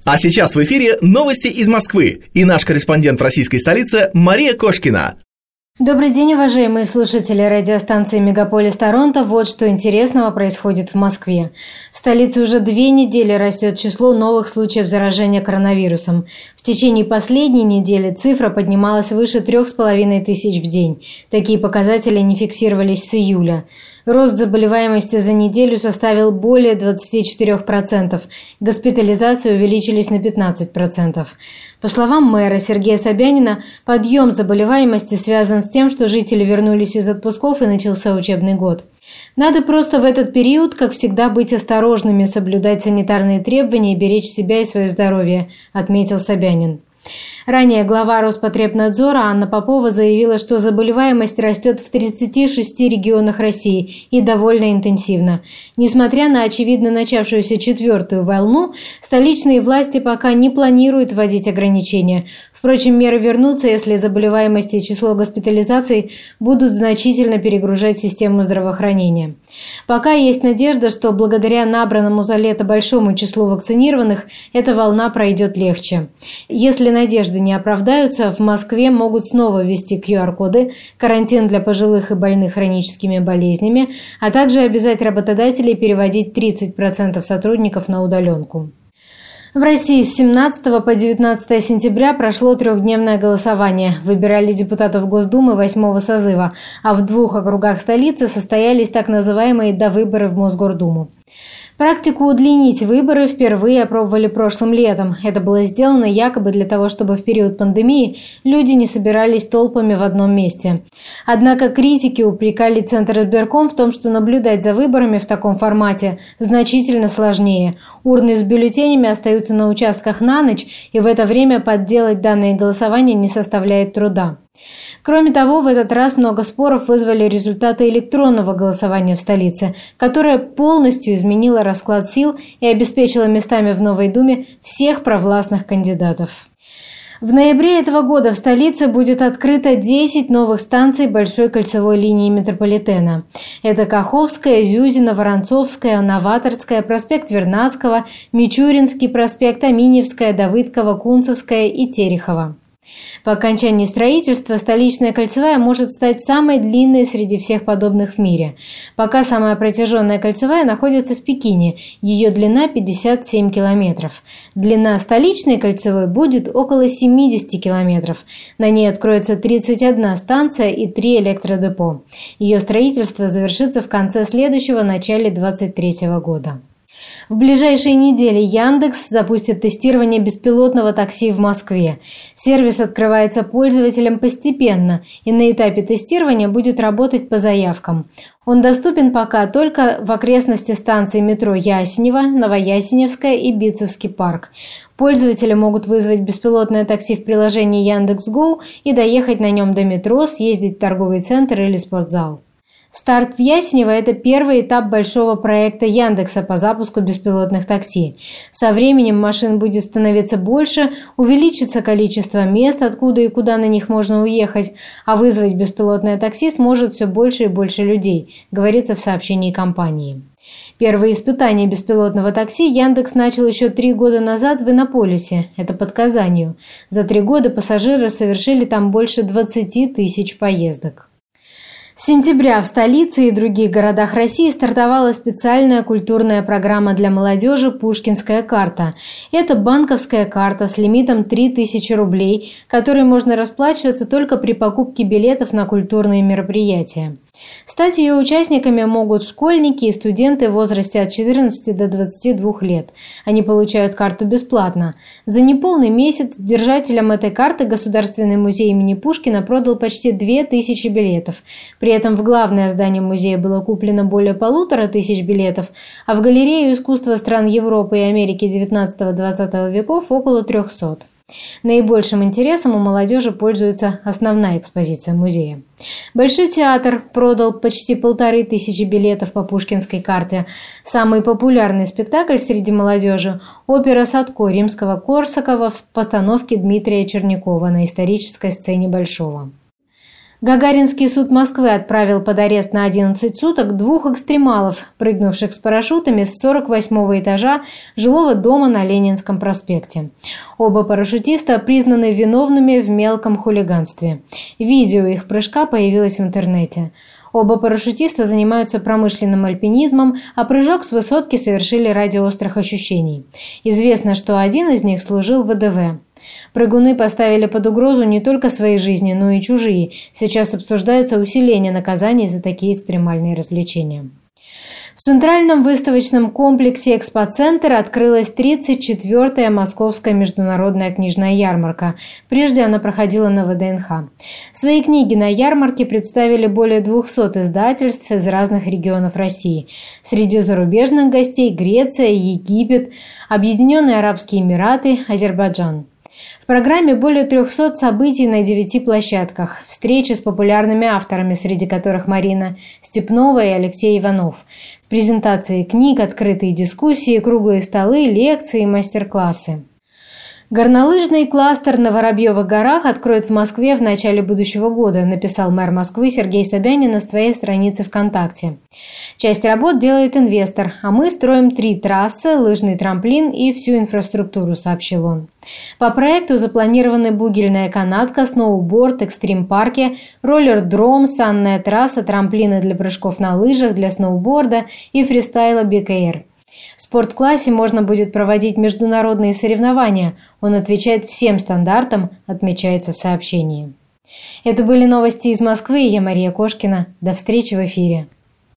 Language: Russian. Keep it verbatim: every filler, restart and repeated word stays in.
А сейчас в эфире новости из Москвы и наш корреспондент в российской столице Мария Кошкина. Добрый день, уважаемые слушатели радиостанции «Мегаполис Торонто». Вот что интересного происходит в Москве. В столице уже две недели растет число новых случаев заражения коронавирусом. В течение последней недели цифра поднималась выше трех с половиной тысяч в день. Такие показатели не фиксировались с июля. Рост заболеваемости за неделю составил более двадцати четырёх процентов. Госпитализации увеличились на пятнадцать процентов. По словам мэра Сергея Собянина, подъем заболеваемости связан с тем, что жители вернулись из отпусков и начался учебный год. Надо просто в этот период, как всегда, быть осторожными, соблюдать санитарные требования и беречь себя и свое здоровье, отметил Собянин. Ранее глава Роспотребнадзора Анна Попова заявила, что заболеваемость растет в тридцати шести регионах России и довольно интенсивно. Несмотря на очевидно начавшуюся четвертую волну, столичные власти пока не планируют вводить ограничения. Впрочем, меры вернутся, если заболеваемость и число госпитализаций будут значительно перегружать систему здравоохранения. Пока есть надежда, что благодаря набранному за лето большому числу вакцинированных эта волна пройдет легче. Если надежды не оправдаются, в Москве могут снова ввести ку ар коды, карантин для пожилых и больных хроническими болезнями, а также обязать работодателей переводить тридцать процентов сотрудников на удаленку. В России с семнадцатого по девятнадцатое сентября прошло трехдневное голосование. Выбирали депутатов Госдумы восьмого созыва, а в двух округах столицы состоялись так называемые довыборы в Мосгордуму. Практику удлинить выборы впервые опробовали прошлым летом. Это было сделано якобы для того, чтобы в период пандемии люди не собирались толпами в одном месте. Однако критики упрекали Центр избирком в том, что наблюдать за выборами в таком формате значительно сложнее. Урны с бюллетенями остаются на участках на ночь, и в это время подделать данные голосования не составляет труда. Кроме того, в этот раз много споров вызвали результаты электронного голосования в столице, которое полностью изменило расклад сил и обеспечило местами в Новой Думе всех провластных кандидатов. В ноябре этого года в столице будет открыто десять новых станций большой кольцевой линии метрополитена. Это Каховская, Зюзина, Воронцовская, Новаторская, проспект Вернадского, Мичуринский проспект, Аминьевская, Давыдкова, Кунцевская и Терехова. По окончании строительства столичная кольцевая может стать самой длинной среди всех подобных в мире. Пока самая протяженная кольцевая находится в Пекине, ее длина пятьдесят семь километров. Длина столичной кольцевой будет около семидесяти километров. На ней откроется тридцать одна станция и три электродепо. Ее строительство завершится в конце следующего, начале двадцать третьего года. В ближайшие недели Яндекс запустит тестирование беспилотного такси в Москве. Сервис открывается пользователям постепенно и на этапе тестирования будет работать по заявкам. Он доступен пока только в окрестности станций метро Ясенево, Новоясеневская и Битцевский парк. Пользователи могут вызвать беспилотное такси в приложении Яндекс.Го и доехать на нем до метро, съездить в торговый центр или спортзал. Старт в Ясенево – это первый этап большого проекта Яндекса по запуску беспилотных такси. Со временем машин будет становиться больше, увеличится количество мест, откуда и куда на них можно уехать, а вызвать беспилотное такси сможет все больше и больше людей, говорится в сообщении компании. Первые испытания беспилотного такси Яндекс начал еще три года назад в Иннополисе, это под Казанью. За три года пассажиры совершили там больше двадцати тысяч поездок. С сентября в столице и других городах России стартовала специальная культурная программа для молодежи «Пушкинская карта». Это банковская карта с лимитом три тысячи рублей, которой можно расплачиваться только при покупке билетов на культурные мероприятия. Стать ее участниками могут школьники и студенты в возрасте от четырнадцати до двадцати двух лет. Они получают карту бесплатно. За неполный месяц держателям этой карты Государственный музей имени Пушкина продал почти две тысячи билетов. При этом в главное здание музея было куплено более полутора тысяч билетов, а в галерею искусства стран Европы и Америки девятнадцатого-двадцатого веков около трехсот. Наибольшим интересом у молодежи пользуется основная экспозиция музея. Большой театр продал почти полторы тысячи билетов по Пушкинской карте. Самый популярный спектакль среди молодежи – опера «Садко» Римского-Корсакова в постановке Дмитрия Чернякова на исторической сцене Большого. Гагаринский суд Москвы отправил под арест на одиннадцать суток двух экстремалов, прыгнувших с парашютами с сорок восьмого этажа жилого дома на Ленинском проспекте. Оба парашютиста признаны виновными в мелком хулиганстве. Видео их прыжка появилось в интернете. Оба парашютиста занимаются промышленным альпинизмом, а прыжок с высотки совершили ради острых ощущений. Известно, что один из них служил в вэ дэ вэ. Прыгуны поставили под угрозу не только свои жизни, но и чужие. Сейчас обсуждается усиление наказаний за такие экстремальные развлечения. В Центральном выставочном комплексе «Экспоцентр» открылась тридцать четвёртая Московская международная книжная ярмарка. Прежде она проходила на вэ дэ эн ха. Свои книги на ярмарке представили более двухсот издательств из разных регионов России. Среди зарубежных гостей – Греция, Египет, Объединенные Арабские Эмираты, Азербайджан. В программе более трехсот событий на девяти площадках, встречи с популярными авторами, среди которых Марина Степнова и Алексей Иванов, презентации книг, открытые дискуссии, круглые столы, лекции и мастер-классы. Горнолыжный кластер на Воробьевых горах откроют в Москве в начале будущего года, написал мэр Москвы Сергей Собянин на своей странице ВКонтакте. Часть работ делает инвестор, а мы строим три трассы, лыжный трамплин и всю инфраструктуру, сообщил он. По проекту запланированы бугельная канатка, сноуборд, экстрим-парки, роллер-дром, санная трасса, трамплины для прыжков на лыжах, для сноуборда и фристайла би кей эр. В спорт-классе можно будет проводить международные соревнования. Он отвечает всем стандартам, отмечается в сообщении. Это были новости из Москвы, и я Мария Кошкина. До встречи в эфире.